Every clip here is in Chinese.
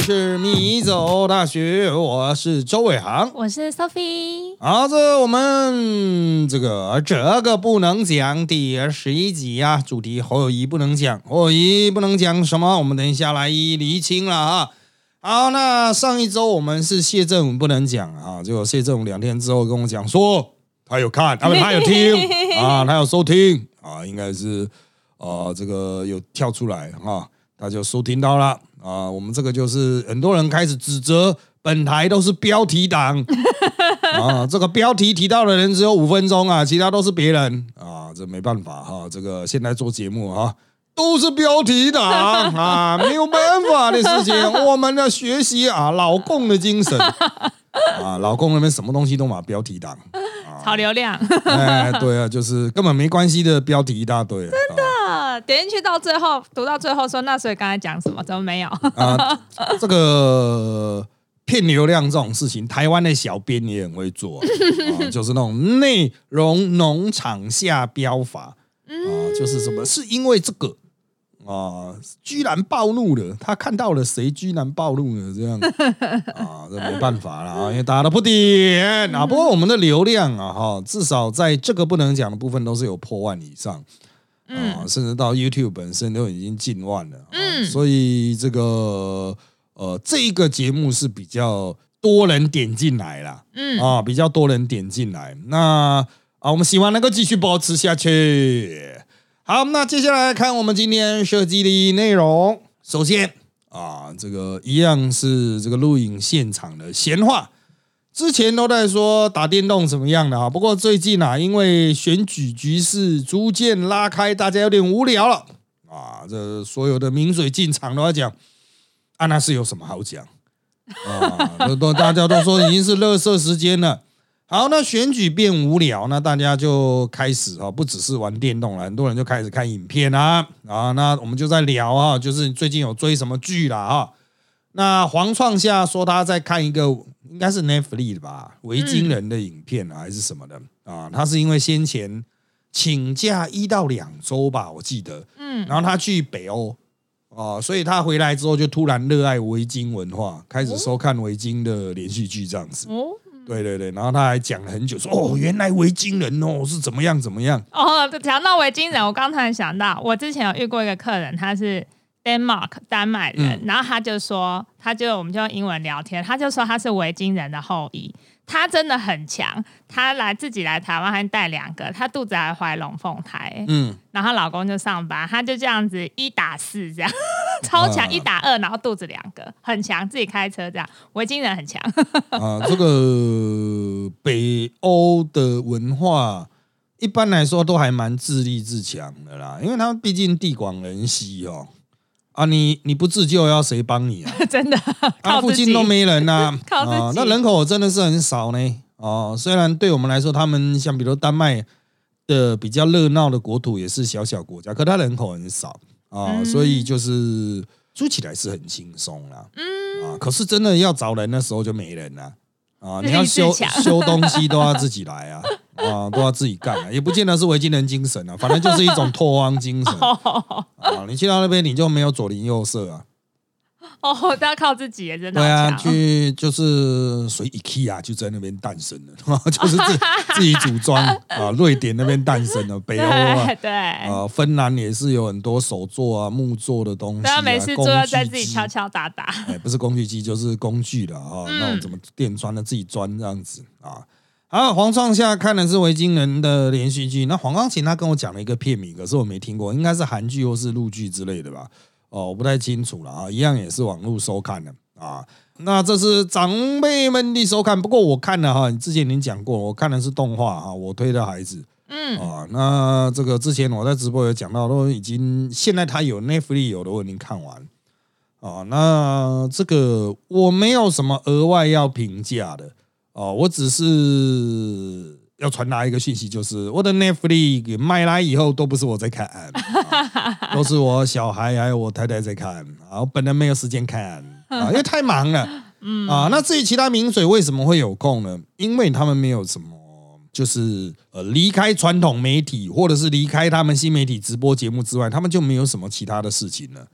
是迷走大学，我是周伟航， 我是 Sophie。 好，我们这个不能讲第11集啊，主题侯友宜不能讲，侯友宜不能讲什么？我们等一下来一一厘清了啊。好，那上一周我们是谢振武不能讲啊，结果谢振武2天之后跟我讲说他有看，他有听啊，他有收听啊，应该是这个有跳出来啊，他就收听到了啊。我们这个就是很多人开始指责本台都是标题党啊，这个标题提到的人只有5分钟啊，其他都是别人啊，这没办法哈，这个现在做节目啊。都是标题党啊，没有办法的事情。我们要学习啊，老共的精神啊，老共那边什么东西都嘛标题党， 炒流量。 哎，对啊，就是根本没关系的标题一大堆。 真的，点进去到最后，读到最后说，那所以刚才讲什么？怎么没有？ 这个骗流量这种事情，台湾的小编也很会做就是那种内容农场下标法就是什么是因为这个。居然暴怒了，他看到了谁居然暴怒了，这样这没办法啦，因为大家都不点不过我们的流量至少在这个不能讲的部分都是有破万以上甚至到 YouTube 本身都已经近万了所以这个节目是比较多人点进来啦比较多人点进来，那我们希望能够继续保持下去。好，那接下来看我们今天设计的内容。首先这个一样是这个录影现场的闲话。之前都在说打电动怎么样的不过最近因为选举局势逐渐拉开，大家有点无聊了这所有的名嘴进场都在讲那是有什么好讲大家都说已经是垃圾时间了。好，那选举变无聊，那大家就开始不只是玩电动了，很多人就开始看影片那我们就在聊就是最近有追什么剧啦那黄创夏说他在看一个应该是 Netflix 的吧，维京人的影片还是什么的他是因为先前请假1到2周吧，我记得然后他去北欧所以他回来之后就突然热爱维京文化，开始收看维京的连续剧这样子对对对，然后他还讲了很久说原来维京人是怎么样怎么样讲到维京人，我刚才想到我之前有遇过一个客人，他是丹麦人然后他就说我们就用英文聊天，他就说他是维京人的后裔，他真的很强，他自己来台湾还带2个，他肚子还怀龙凤胎然后她老公就上班，他就这样子1打4这样超强1打2，然后肚子2个，很强，自己开车这样，维京人很强这个北欧的文化一般来说都还蛮自立自强的啦，因为他们毕竟地广人稀你不自救要谁帮你真的附近都没人靠自己那人口真的是很少呢虽然对我们来说他们像比如丹麦的比较热闹的国土也是小小国家，可它人口很少所以就是住起来是很轻松啦可是真的要找人的时候就没人啦你要修东西都要自己来都要自己干也不见得是维京人精神反正就是一种拓荒精神你去到那边你就没有左邻右舍都要靠自己也真的对就是所以 IKEA 就在那边诞生了就是自己组装瑞典那边诞生了，北欧对芬兰也是有很多手做木做的东西没事做要在自己敲敲打打不是工具机就是工具了那种怎么电钻的自己钻这样子好，黄创夏看的是维京人的连续剧，那黄钢琴他跟我讲了一个片名，可是我没听过，应该是韩剧或是陆剧之类的吧我不太清楚了一样也是网络收看的那这是长辈们的收看，不过我看了之前您讲过，我看的是动画我推的孩子那这个之前我在直播有讲到，都已经现在他有 Netflix 有的我已经看完那这个我没有什么额外要评价的我只是要传达一个讯息，就是我的 Netflix 买来以后都不是我在看都是我小孩还有我太太在看我本人没有时间看因为太忙了那至于其他名嘴为什么会有空呢？因为他们没有什么就是离开传统媒体或者是离开他们新媒体直播节目之外，他们就没有什么其他的事情了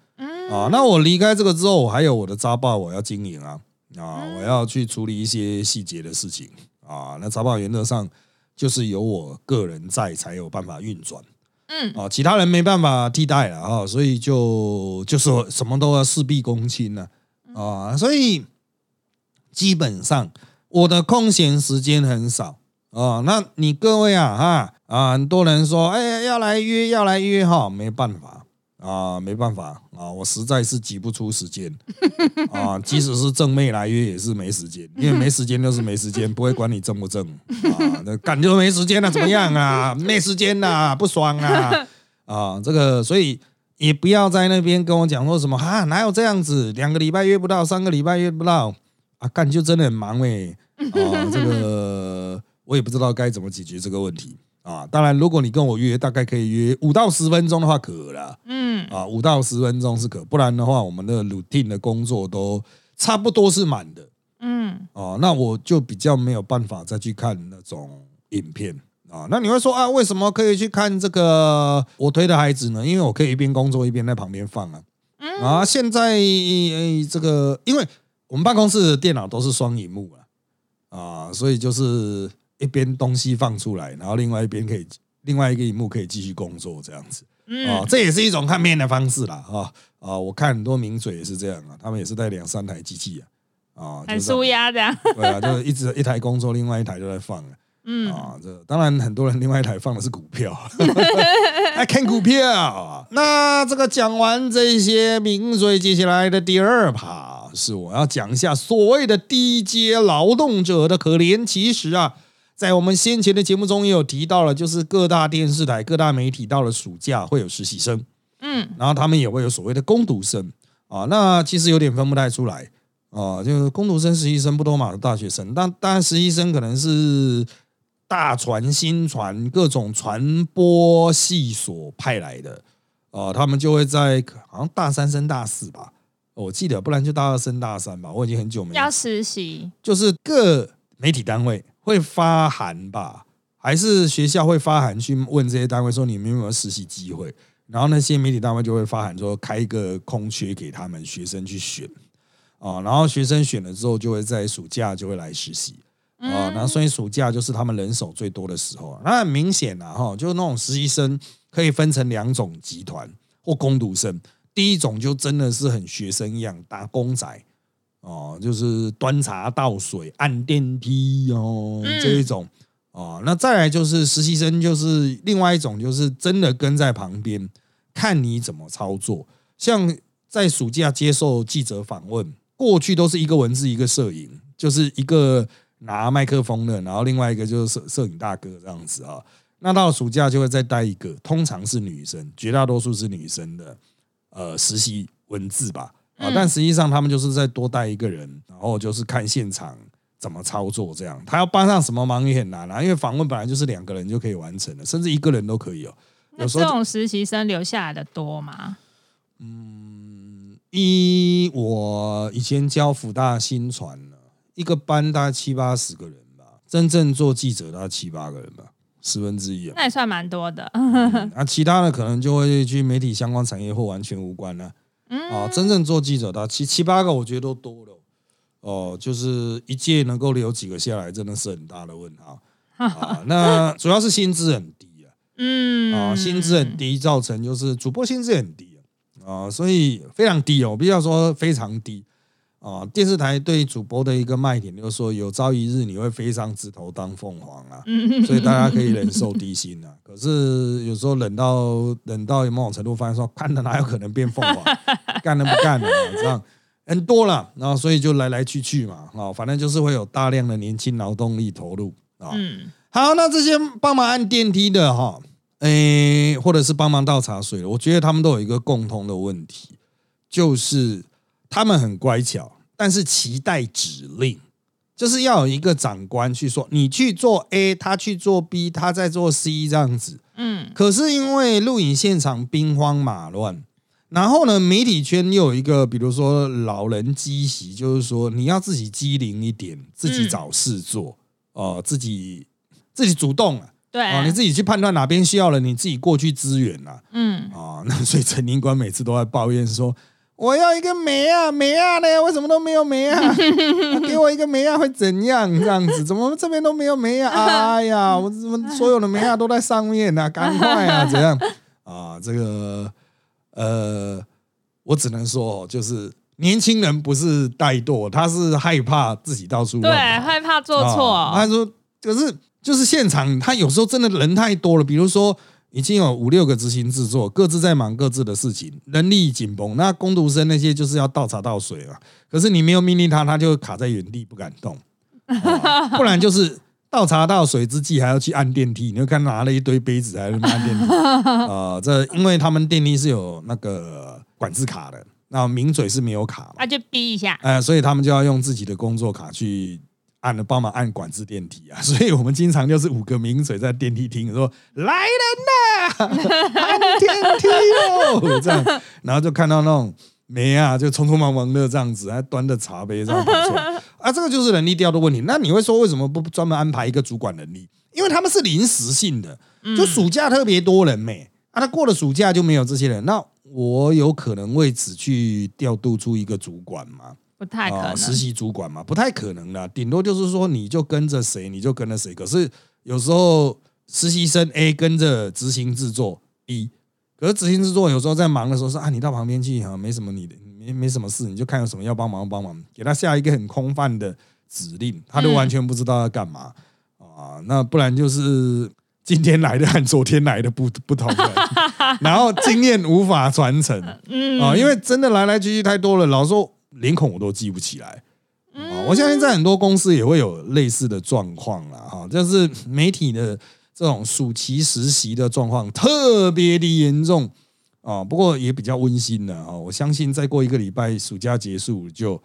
那我离开这个之后，我还有我的杂报我要经营我要去处理一些细节的事情那杂报原则上就是由我个人在才有办法运转。其他人没办法替代了所以就是什么都要事必躬亲了所以基本上我的空闲时间很少那你各位很多人说要来约没办法没办法我实在是挤不出时间即使是正妹来约也是没时间，因为没时间就是没时间，不会管你正不正那干就没时间了，怎么样没时间不爽这个所以也不要在那边跟我讲说什么哪有这样子2个礼拜约不到3个礼拜约不到干就真的很忙这个我也不知道该怎么解决这个问题当然如果你跟我约大概可以约5到10分钟的话可了5到10分钟是可，不然的话我们的 routine 的工作都差不多是满的那我就比较没有办法再去看那种影片那你会说为什么可以去看这个我推的孩子呢？因为我可以一边工作一边在旁边放现在这个因为我们办公室的电脑都是双萤幕所以就是一边东西放出来，然后另外一个萤幕可以继续工作这样子这也是一种看片的方式啦我看很多名嘴也是这样他们也是带2-3台机器很舒压这样对就一直一台工作，另外一台就在放这当然很多人另外一台放的是股票还看股票那这个讲完这些名嘴，接下来的第2趴是我要讲一下所谓的低阶劳动者的可怜。其实在我们先前的节目中也有提到了，就是各大电视台各大媒体到了暑假会有实习生然后他们也会有所谓的工读生那其实有点分不太出来就是工读生实习生不多嘛，大学生当然实习生可能是大传新传各种传播系所派来的他们就会在好像大3升大4吧我记得，不然就大2升大3吧，我已经很久没要实习， 就是各媒体单位会发函吧，还是学校会发函去问这些单位说你们有没有实习机会，然后那些媒体单位就会发函说开一个空缺给他们学生去选然后学生选了之后就会在暑假就会来实习那所以暑假就是他们人手最多的时候那很明显就那种实习生可以分成2种集团或工读生。第一种就真的是很学生一样打工仔就是端茶倒水按电梯这一种那再来就是实习生，就是另外一种，就是真的跟在旁边看你怎么操作。像在暑假接受记者访问，过去都是一个文字一个摄影，就是一个拿麦克风的，然后另外一个就是摄影大哥这样子那到了暑假就会再带一个，通常是女生，绝大多数是女生的实习文字吧但实际上他们就是再多带一个人，然后就是看现场怎么操作这样。他要帮上什么忙也很难因为访问本来就是2个人就可以完成了，甚至1个人都可以那这种实习生留下来的多吗？ 我以前教辅大新传一个班大概70-80个人吧，真正做记者大概7-8个人吧，1/10 那也算蛮多的其他的可能就会去媒体相关产业或完全无关真正做记者的7-8个我觉得都多了就是一届能够留几个下来真的是很大的问号那主要是薪资很低薪资很低造成就是主播薪资很低所以非常低我必须要说非常低电视台对主播的一个卖点就是说有朝一日你会飞上枝头当凤凰所以大家可以忍受低薪可是有时候忍到某种程度发现说看了哪有可能变凤凰干了不干了这样很多了然后所以就来来去去嘛反正就是会有大量的年轻劳动力投入好，那这些帮忙按电梯的或者是帮忙倒茶水的，我觉得他们都有一个共同的问题，就是他们很乖巧，但是期待指令，就是要有一个长官去说你去做 A， 他去做 B， 他在做 C 这样子可是因为录影现场兵荒马乱，然后呢媒体圈又有一个比如说老人积习，就是说你要自己机灵一点，自己找事做自己主动对你自己去判断哪边需要了，你自己过去支援那所以陈宁官每次都在抱怨说我要一个梅啊呢？为什么都没有梅啊？给我一个梅啊会怎样？这样子，怎么这边都没有梅啊？哎呀，我怎么所有的梅啊都在上面啊？赶快啊，怎样啊？这个我只能说，就是年轻人不是怠惰，他是害怕自己到处乱跑， 对，害怕做错。 他说，可是就是现场，他有时候真的人太多了，比如说。已经有5、6个执行制作，各自在忙各自的事情，人力紧绷。那工读生那些就是要倒茶倒水嘛，可是你没有命令他，他就卡在原地不敢动。不然就是倒茶倒水之际还要去按电梯，你就看拿了一堆杯子还在按电梯。这因为他们电梯是有那个管制卡的，那名嘴是没有卡嘛， 就逼一下。 所以他们就要用自己的工作卡去。帮忙按管制电梯啊，所以我们经常就是5个名嘴在电梯厅说来人呐，按电梯哦，这样，然后就看到那种梅啊，就匆匆忙忙的这样子，还端着茶杯这样跑出来啊，这个就是人力调的问题。那你会说为什么不专门安排一个主管人力？因为他们是临时性的，就暑假特别多人他过了暑假就没有这些人，那我有可能为此去调度出一个主管吗？ 不太可能， 实习主管嘛，不太可能啦。顶多就是说，你就跟着谁，你就跟着谁。可是有时候实习生 A 跟着执行制作 B， 可是执行制作有时候在忙的时候说你到旁边去没什么没什么事，你就看有什么要帮忙，给他下一个很空泛的指令，他就完全不知道要干嘛那不然就是今天来的和昨天来的不同人，然后经验无法传承因为真的来去太多了，老实说。脸孔我都记不起来，我相信在很多公司也会有类似的状况啦，就是媒体的这种暑期实习的状况特别的严重不过也比较温馨的我相信再过1个礼拜暑假结束就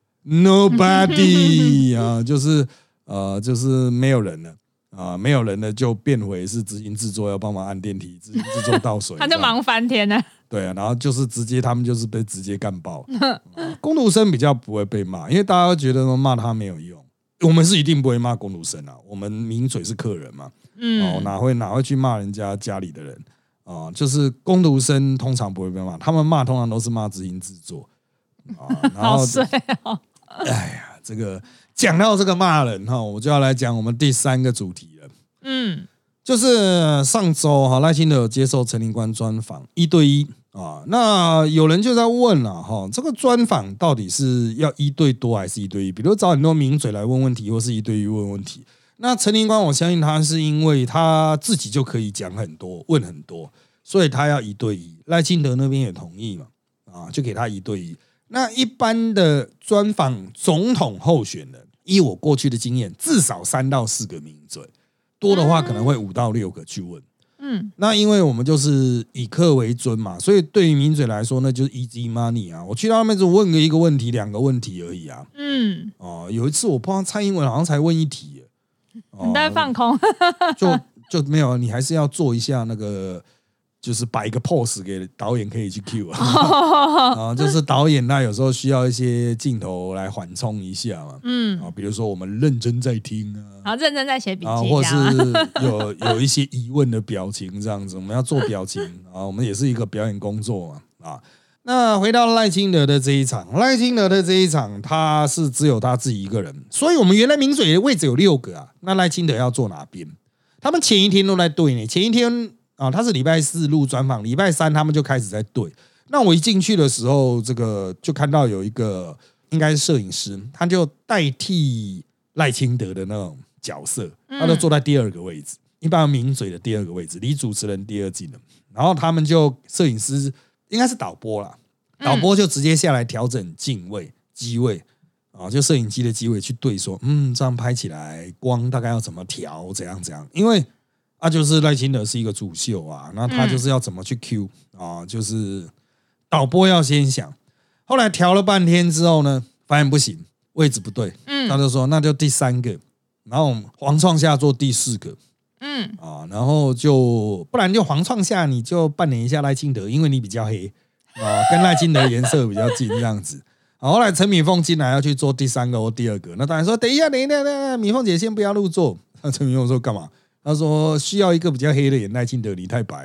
nobody 就是没有人了没有人了就变回是执行制作要帮忙按电梯，执行制作倒水， 他就忙翻天了。 对然后就是他们就是被直接干爆。工读生比较不会被骂，因为大家都觉得骂他没有用。我们是一定不会骂工读生我们名嘴是客人嘛，哪会去骂人家家里的人就是工读生通常不会被骂，他们骂通常都是骂执行制作然后好衰哎呀，这个讲到这个骂人我就要来讲我们第3个主题了。就是上周赖清德有接受陈林官专访1对1那有人就在问这个专访到底是要1对多还是1对1？比如找很多名嘴来问问题，或是1对1问问题。那陈林官我相信他是因为他自己就可以讲很多，问很多，所以他要1对1。赖清德那边也同意嘛，就给他1对1。那一般的专访总统候选人，依我过去的经验，至少3到4个名嘴。多的话可能会5到6个去问，那因为我们就是以客为尊嘛，所以对于名嘴来说，那就是 easy money 我去到那边只问1个问题、2个问题而已有一次我碰到蔡英文，好像才问1题你在放空就没有，你还是要做一下那个。就是摆一个 pose 给导演可以去 cue 就是导演他有时候需要一些镜头来缓冲一下嘛，比如说我们认真在听好认真在写笔记或是有一些疑问的表情这样子，我们要做表情我们也是一个表演工作嘛那回到赖清德的这一场，他是只有他自己一个人，所以我们原来名嘴的位置有6个那赖清德要坐哪边？他们前一天都在对呢，前一天。他是礼拜4录专访，礼拜3他们就开始在对。那我一进去的时候，这个就看到有一个应该是摄影师，他就代替赖清德的那种角色，他就坐在第2个位置，一般名嘴的第2个位置，离主持人第2近的。然后他们就摄影师应该是导播啦，导播就直接下来调整镜位、机位就摄影机的机位去对说，这样拍起来光大概要怎么调，怎样，因为。就是赖清德是一个主秀那他就是要怎么去 Q 就是导播要先想，后来调了半天之后呢，发现不行，位置不对，他就说那就第3个，然后黄创夏做第4个，然后就不然就黄创夏你就扮演一下赖清德，因为你比较黑跟赖清德颜色比较近这样子。后来陈米凤进来要去做第3个或第2个，那当然说等一下，米凤姐先不要入座。那陈米凤说干嘛？他说需要一个比较黑的眼，赖清德你太白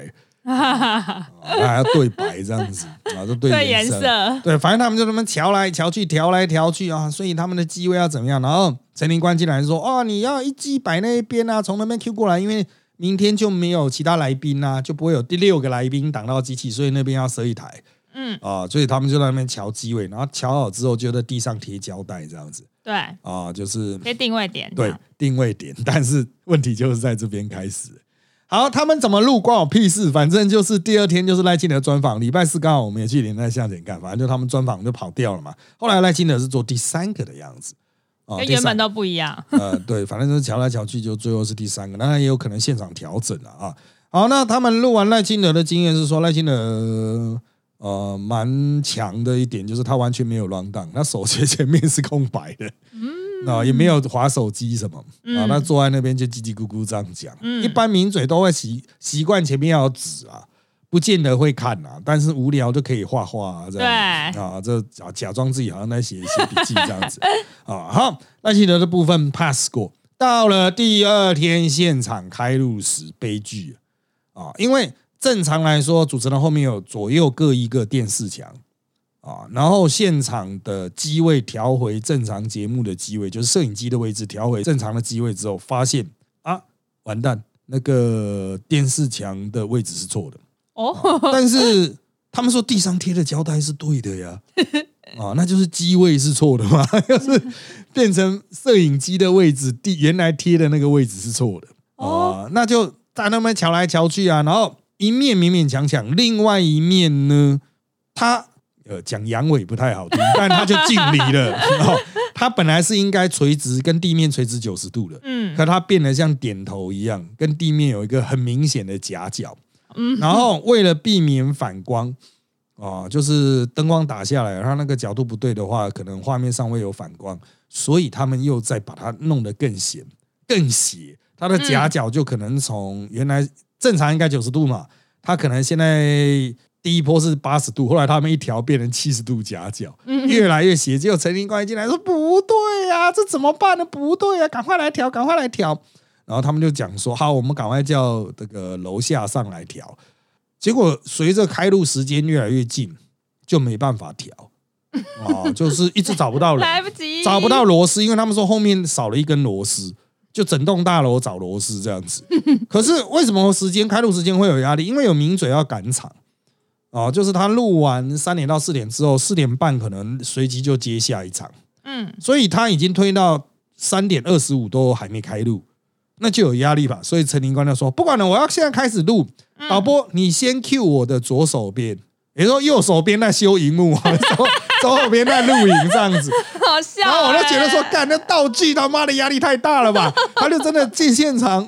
还要对白这样子啊，就对颜色，对，反正他们就那么调来调去，调来调去啊，所以他们的机位要怎么样？然后陈林官进来说：“哦，你要一机摆那一边啊，从那边 Q 过来，因为明天就没有其他来宾啊，就不会有第6个来宾挡到机器，所以那边要设一台。”所以他们就在那边调机位，然后调好之后就在地上贴胶带这样子。 对就是贴定位点， 对，定位点。但是问题就是在这边开始。好，他们怎么录关我屁事，反正就是第2天就是赖清德专访，礼拜4刚好我们也去连在向前看，反正就他们专访就跑掉了嘛。后来赖清德是做第3个的样子。 跟原本都不一样。 对，反正就是调来调去，就最后是第3个，当然也有可能现场调整了啊。好，那他们录完赖清德的经验是说，赖清德蛮强的一点就是他完全没有 run down， 他手前面是空白的，也没有滑手机什么他坐在那边就叽叽咕咕这样讲。一般名嘴都会习惯前面要有纸啊，不见得会看啊，但是无聊就可以画画这样这假装自己好像在写笔记这样子好，赖清德的部分 pass 过，到了第2天现场开录时悲剧因为正常来说，主持人后面有左右各一个电视墙然后现场的机位调回正常节目的机位，就是摄影机的位置调回正常的机位之后，发现完蛋，那个电视墙的位置是错的但是他们说地上贴的胶带是对的呀那就是机位是错的嘛，就是变成摄影机的位置原来贴的那个位置是错的那就在那边瞧来瞧去然后一面勉勉强强，另外一面呢，他讲阳痿不太好听，但他就敬礼了他本来是应该垂直跟地面垂直90度的，可他变得像点头一样，跟地面有一个很明显的夹角然后为了避免反光就是灯光打下来，他那个角度不对的话，可能画面上会有反光，所以他们又再把它弄得更斜，它的夹角就可能从原来正常应该90度嘛，它可能现在第一波是80度，后来他们一调变成70度夹角，越来越斜。结果陈林官一进来说不对啊，这怎么办呢？不对啊，赶快来调。然后他们就讲说好，我们赶快叫这个楼下上来调。结果随着开录时间越来越近，就没办法调就是一直找不到人， 来不及， 找不到螺丝，因为他们说后面少了一根螺丝。就整栋大楼找螺丝这样子可是为什么开录时间会有压力？因为有名嘴要赶场就是他录完3点到4点之后，4点半可能随即就接下一场所以他已经推到3点25都还没开录，那就有压力吧。所以陈林官就说不管了，我要现在开始录，导播你先 cue 我的左手边，也就是说右手边在修荧幕左手边在录影这样子好笑然后我就觉得说干，那道具他妈的压力太大了吧他就真的进现场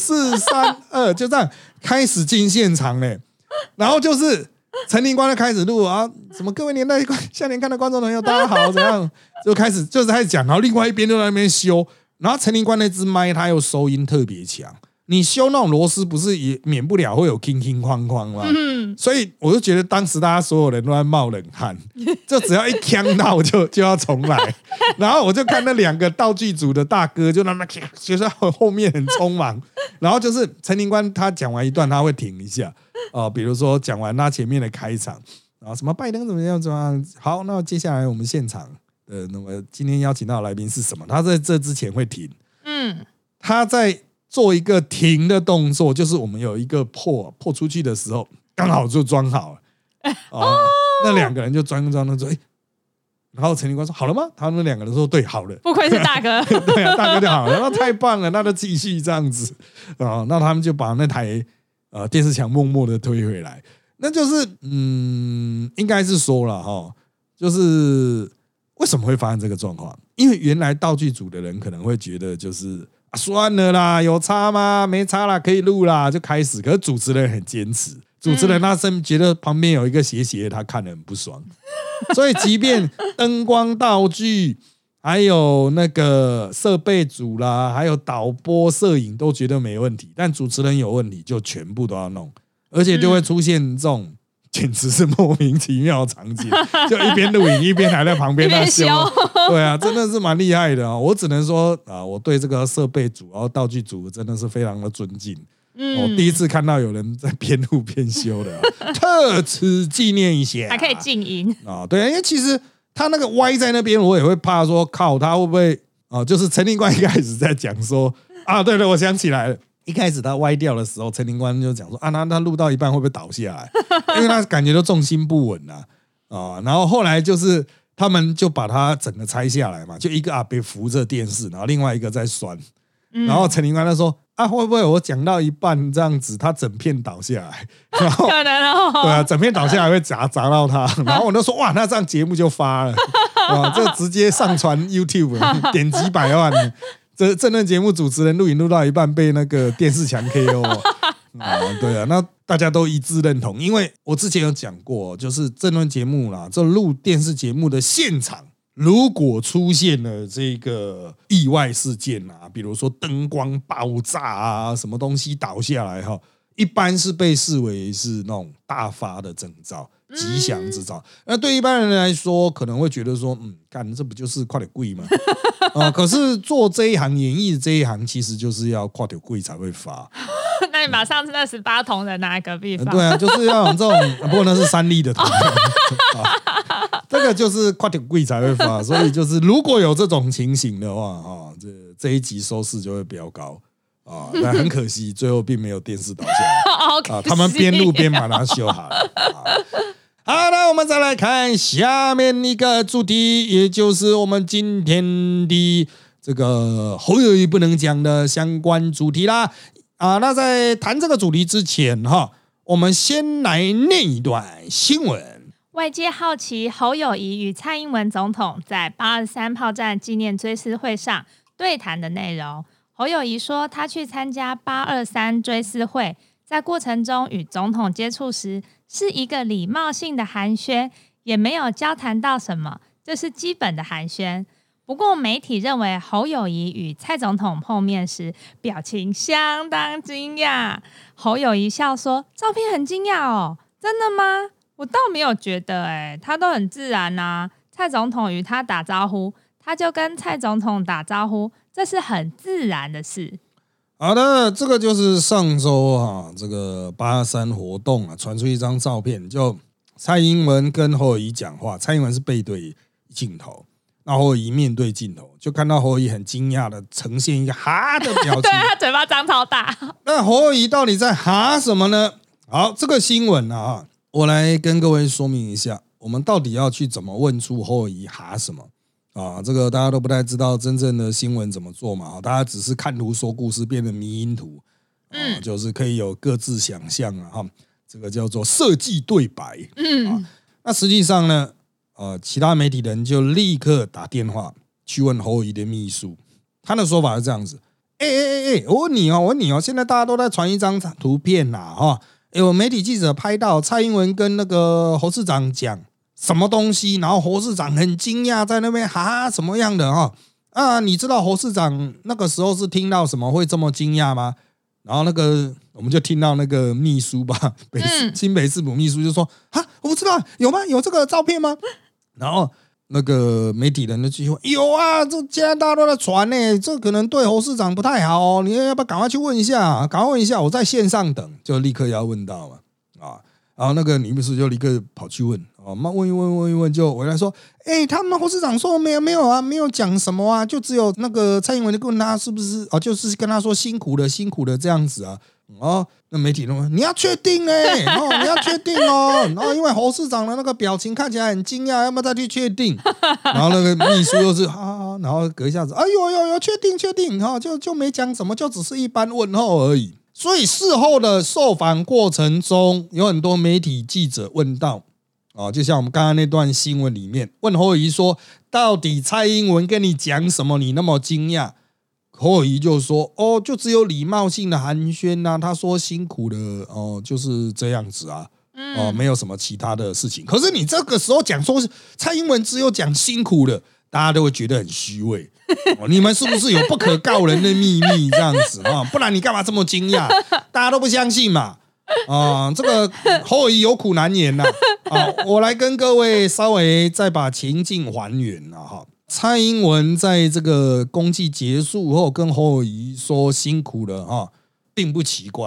5、4、3、2就这样开始进现场嘞。然后就是陈林官就开始录什么各位年代向前看的观众朋友大家好怎样，就开始讲，然后另外一边就在那边修，然后陈林官那支麦他又收音特别强，你修那种螺丝不是也免不了会有铿铿哐哐吗所以我就觉得当时大家所有人都在冒冷汗就只要一呛到就要重来然后我就看那2个道具组的大哥就那么就是后面很匆忙然后就是陈林官他讲完一段他会停一下比如说讲完他前面的开场然后什么拜登怎么样好，那接下来我们现场那么今天邀请到的来宾是什么，他在这之前会停他在做一个停的动作，就是我们有一个破出去的时候刚好就装好了那2个人就装说然后陈林官说好了吗？他们2个人说对好了， 不愧是大哥对啊，大哥就好了，那太棒了，那就继续这样子那他们就把那台电视墙默默的推回来。那就是应该是说了就是为什么会发生这个状况？因为原来道具组的人可能会觉得就是算了啦，有差吗？没差啦，可以录啦，就开始。可是主持人很坚持，主持人他觉得旁边有一个斜斜，他看得很不爽，所以即便灯光道具还有那个设备组啦，还有导播摄影都觉得没问题，但主持人有问题就全部都要弄，而且就会出现这种简直是莫名其妙的场景，就一边录影一边还在旁边在修对啊，真的是蛮厉害的我只能说我对这个设备组然后道具组真的是非常的尊敬我第一次看到有人在边录边修的，特此纪念一下， 还可以静音啊。对，因为其实他那个歪在那边，我也会怕说，靠，他会不会就是陈林官一开始在讲说啊，对，我想起来了。一开始他歪掉的时候，陈林官就讲说啊，那他录到一半会不会倒下来？因为他感觉都重心不稳啊。然后后来就是他们就把他整个拆下来嘛，就一个阿伯扶着电视，然后另外一个在拴。然后陈林官他说啊，会不会我讲到一半这样子，他整片倒下来？然后可能哦， 对啊，整片倒下来会砸到他。然后我就说哇，那这样节目就发了，哇，这直接上传 YouTube， 点几百万。这政论节目主持人录影录到一半被那个电视墙 KO 对啊，那大家都一致认同，因为我之前有讲过，就是政论节目啦，这录电视节目的现场，如果出现了这个意外事件啊，比如说灯光爆炸啊，什么东西倒下来哈，一般是被视为是那种大发的征兆。吉祥之兆，那对一般人来说，可能会觉得说，干这不就是快点贵吗？可是做这一行，演艺这一行，其实就是要快点贵才会发。 那你把上次那18铜人拿来隔壁放？ 对啊，就是要有这种，不过那是3粒的铜人，这个就是快点贵才会发。所以就是如果有这种情形的话，这一集收视就会飙高。但很可惜，最后并没有电视倒下来他们边录边把它修好了。好，那我们再来看下面一个主题，也就是我们今天的这个侯友宜不能讲的相关主题啦。那在谈这个主题之前我们先来念一段新闻。 外界好奇侯友宜与蔡英文总统在823炮战纪念追思会上对谈的内容。侯友宜说，他去参加823追思会，在过程中与总统接触时是一个礼貌性的寒暄，也没有交谈到什么，这是基本的寒暄。不过媒体认为侯友宜与蔡总统碰面时表情相当惊讶。侯友宜笑说，照片很惊讶哦，真的吗？我倒没有觉得他都很自然啊。蔡总统与他打招呼，他就跟蔡总统打招呼，这是很自然的事。 好的，这个就是上周这个823活动传出一张照片，就蔡英文跟侯友宜讲话，蔡英文是背对镜头，那侯友宜面对镜头，就看到侯友宜很惊讶的呈现一个哈的表情， 对，他嘴巴张超大。 那侯友宜到底在哈什么呢？好，这个新闻我来跟各位说明一下，我们到底要去怎么问出侯友宜哈什么。这个大家都不太知道真正的新闻怎么做嘛，大家只是看图说故事，变成迷因图，就是可以有各自想象这个叫做设计对白。那实际上呢，其他媒体人就立刻打电话去问侯友宜的秘书，他的说法是这样子：我问你哦，现在大家都在传一张图片有媒体记者拍到蔡英文跟那个侯市长讲什么东西，然后侯市长很惊讶，在那边哈什么样的你知道侯市长那个时候是听到什么会这么惊讶吗？然后我们就听到那个秘书吧，新北市府秘书就说我不知道，有吗？有这个照片吗？然后那个媒体人就继续说，有啊，这现在大家都在传这可能对侯市长不太好你要不要赶快去问一下？赶快问一下，我在线上等，就立刻要问到嘛然后那个女秘书就立刻跑去问问一问就回来说，他们侯市长说没有啊，没有讲什么啊，就只有那个蔡英文就问他是不是就是跟他说辛苦了这样子那媒体人说你要确定你要确定然后因为侯市长的那个表情看起来很惊讶，要不要再去确定？然后那个秘书又是然后隔一下子有确定就没讲什么，就只是一般问候而已。所以事后的受访过程中，有很多媒体记者问到就像我们刚刚那段新闻里面问侯友宜说，到底蔡英文跟你讲什么你那么惊讶？侯友宜就说就只有礼貌性的寒暄他说辛苦了就是这样子没有什么其他的事情。可是你这个时候讲说是蔡英文只有讲辛苦了，大家都会觉得很虚伪你们是不是有不可告人的秘密这样子不然你干嘛这么惊讶？大家都不相信嘛这个侯友宜有苦难言我来跟各位稍微再把情境还原蔡英文在这个公祭结束后跟侯友宜说辛苦了并不奇怪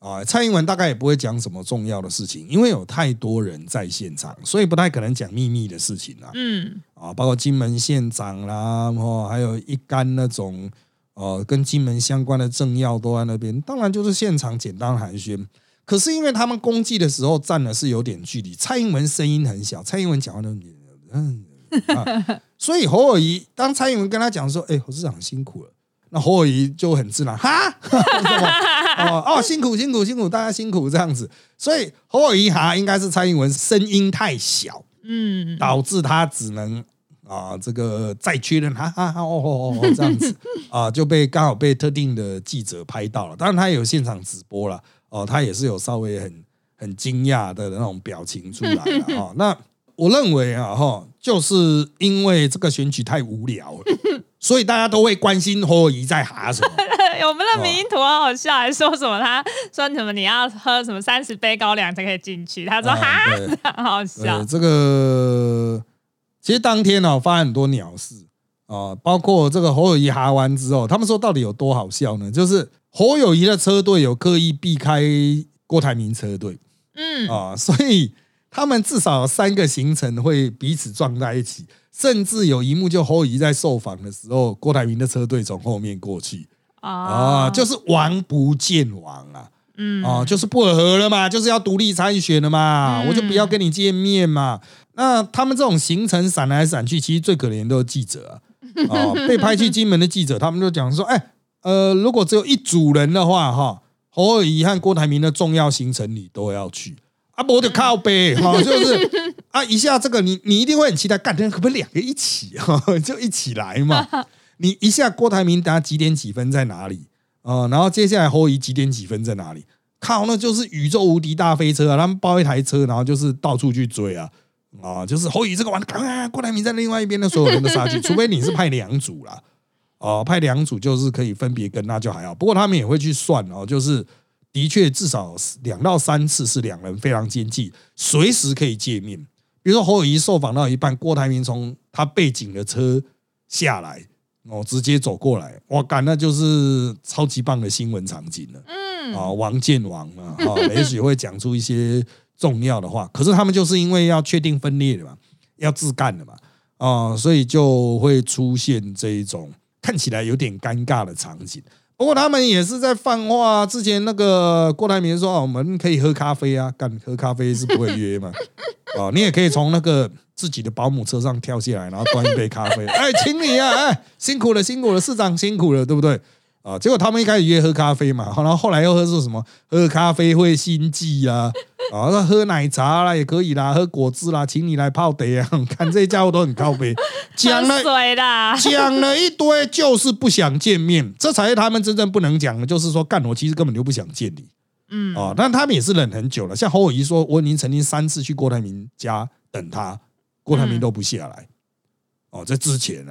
蔡英文大概也不会讲什么重要的事情，因为有太多人在现场，所以不太可能讲秘密的事情啦。包括金门县长啦，还有一干那种跟金门相关的政要都在那边，当然就是现场简单寒暄。可是因为他们公祭的时候站的是有点距离，蔡英文声音很小，蔡英文讲话都所以侯友宜当蔡英文跟他讲说：“侯市长辛苦了。”那侯友宜就很自然，辛苦，大家辛苦这样子。所以侯友宜应该是蔡英文声音太小，导致他只能这个再确认这样子就刚好被特定的记者拍到了。当然他也有现场直播了他也是有稍微很惊讶的那种表情出来了那我认为就是因为这个选举太无聊了。所以大家都会关心侯友宜在哈什么。 我们的迷因图好好笑，还说什么他说什么你要喝什么30杯高粱才可以进去，他说很好笑。这个其实当天发很多鸟事包括这个侯友宜哈完之后，他们说到底有多好笑呢？就是侯友宜的车队有刻意避开郭台铭车队，所以他们至少有3个行程会彼此撞在一起。甚至有一幕就侯友宜在受访的时候，郭台铭的车队从后面过去就是王不见王就是不合了嘛，就是要独立参选了嘛，我就不要跟你见面嘛。那他们这种行程闪来闪去，其实最可怜的都是记者被派去金门的记者，他们就讲说，如果只有一组人的话侯友宜和郭台铭的重要行程你都要去。我就靠背就是一下这个你一定会很期待，干可不可以2个一起就一起来嘛。你一下郭台铭等下几点几分在哪里然后接下来侯友宜几点几分在哪里，靠，那就是宇宙无敌大飞车他们包一台车，然后就是到处去追就是侯友宜这个完郭台铭在另外一边的所有人都杀去，除非你是派2组啦派2组就是可以分别跟，那就还好。不过他们也会去算就是的确至少2到3次是2人非常接近，随时可以见面。比如说侯友宜受访到一半，郭台铭从他背景的车下来直接走过来，那就是超级棒的新闻场景了王见王嘛也许会讲出一些重要的话。可是他们就是因为要确定分裂了嘛，要自干了嘛所以就会出现这一种看起来有点尴尬的场景。不过他们也是在放话，之前那个郭台铭说我们可以喝咖啡干喝咖啡是不会约嘛你也可以从那个自己的保姆车上跳下来，然后端一杯咖啡请你辛苦了市长辛苦了，对不对结果他们一开始约喝咖啡嘛，然后后来又喝说什么喝咖啡会心悸喝奶茶啦也可以啦，喝果汁啦，请你来泡茶看这些家伙都很靠北，讲了一堆就是不想见面，这才是他们真正不能讲的，就是说干我其实根本就不想见你但他们也是忍很久了。像侯友宜说我已经曾经3次去郭台铭家等他，郭台铭都不下来在之前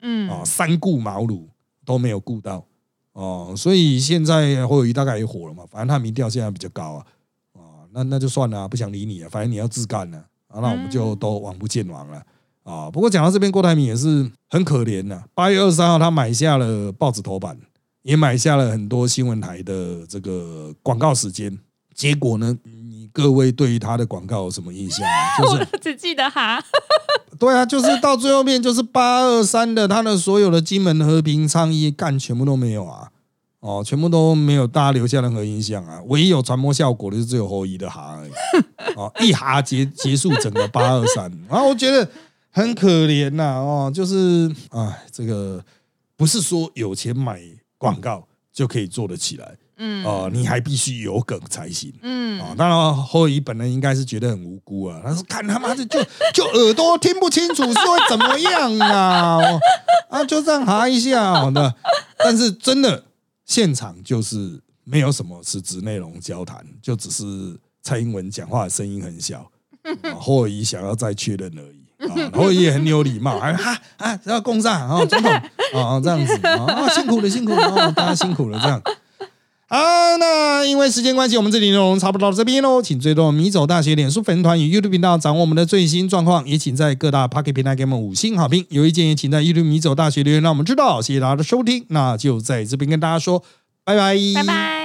3顾茅庐都没有顾到所以现在侯友宜大概也火了嘛，反正他民调现在比较高那就算了不想理你反正你要自干了那我们就都王不见王了不过讲到这边，郭台铭也是很可怜8月23号他买下了报纸头版，也买下了很多新闻台的这个广告时间。结果呢，你各位对于他的广告有什么印象就是我只记得对就是到最后面就是823的他的所有的金门和平倡议干全部都没有全部都没有大家留下任何印象唯一有传播效果的就只有侯友宜的哈而已一哈结束整个823我觉得很可怜就是这个不是说有钱买广告就可以做得起来你还必须有梗才行当然侯友宜本人应该是觉得很无辜他说看他妈的就耳朵听不清楚是会怎么样就这样哈一下但是真的现场就是没有什么实质内容交谈，就只是蔡英文讲话的声音很小侯友宜想要再确认而已侯友宜也很有礼貌要共上总统这样子辛苦了大家辛苦了这样那因为时间关系，我们这里内容差不多到这边咯，请追踪迷走大学脸书粉团与 YouTube 频道，掌握我们的最新状况，也请在各大 Pocket 平台给我们5星好评，有意见也请在 YouTube 迷走大学留言让我们知道。谢谢大家的收听，那就在这边跟大家说拜拜， 拜拜。